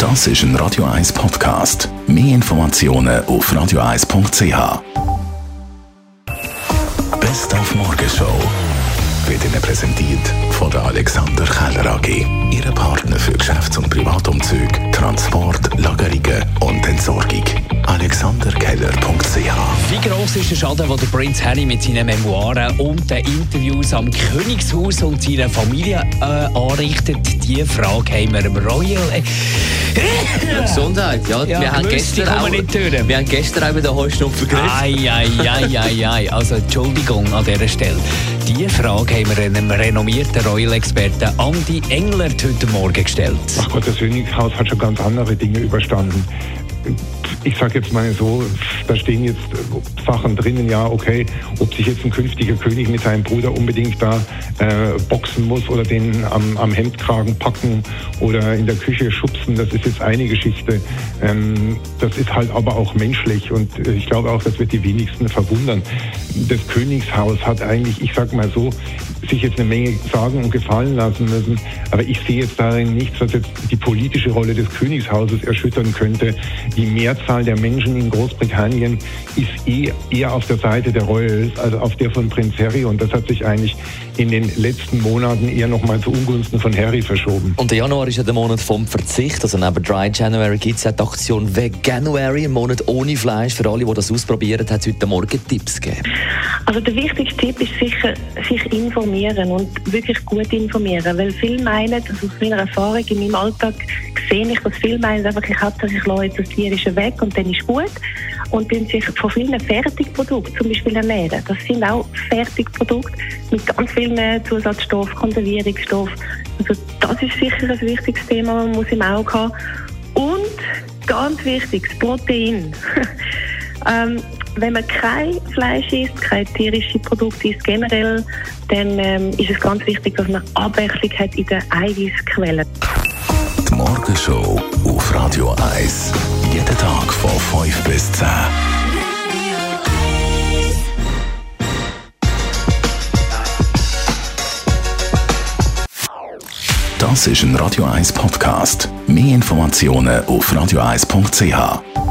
Das ist ein Radio 1 Podcast. Mehr Informationen auf radio1.ch. Best auf Morgenshow wird Ihnen präsentiert von der Alexander Keller AG. Ihre Partner für Geschäfts- und Privatumzüge, Transport, Lagerungen und Entsorgung. alexanderkeller.ch. Wie gross ist der Schaden, den der Prinz Harry mit seinen Memoiren und den Interviews am Königshaus und seiner Familie anrichtet? Diese Frage haben wir im Royal... Gesundheit, ja. Wir haben gestern auch über den Heuschnupfen geredet. Also Entschuldigung an dieser Stelle. Diese Frage haben wir einem renommierten Royal-Experten Andi Englert heute Morgen gestellt. Ach Gott, das Königshaus hat schon ganz andere Dinge überstanden. Ich sage jetzt mal so, da stehen jetzt Sachen drinnen, ja, okay, ob sich jetzt ein künftiger König mit seinem Bruder unbedingt da boxen muss oder den am Hemdkragen packen oder in der Küche schubsen, das ist jetzt eine Geschichte. Das ist halt aber auch menschlich und ich glaube auch, das wird die wenigsten verwundern. Das Königshaus hat eigentlich, ich sag mal so, sich jetzt eine Menge sagen und gefallen lassen müssen, aber ich sehe jetzt darin nichts, was jetzt die politische Rolle des Königshauses erschüttern könnte. Die Mehrzahl der Menschen in Großbritannien ist eher auf der Seite der Royals, also auf der von Prinz Harry, und das hat sich eigentlich in den letzten Monaten eher nochmal zu Ungunsten von Harry verschoben. Und der Januar ist ja der Monat vom Verzicht, also neben Dry January gibt es auch die Aktion Veganuary, ein Monat ohne Fleisch. Für alle, die das ausprobieren, hat es heute Morgen Tipps gegeben. Also der wichtigste Tipp ist sicher, sich informieren und wirklich gut informieren, weil viele meinen, also aus meiner Erfahrung in meinem Alltag sehe ich, dass viele meinen einfach, ich lasse jetzt das Tierische weg und dann ist gut und dann sich von vielen Fertigprodukten zum Beispiel ernähren. Das sind auch Fertigprodukte mit ganz vielen Zusatzstoffen, Konservierungsstoffen. Also das ist sicher ein wichtiges Thema, man muss im Auge haben. Und ganz wichtig, das Protein. Wenn man kein Fleisch isst, keine tierischen Produkte isst generell, dann ist es ganz wichtig, dass man Abwechslung hat in den Eiweißquellen. Die Morgenshow auf Radio 1. Jeden Tag von 5 bis 10. Das ist ein Radio 1 Podcast. Mehr Informationen auf radio1.ch.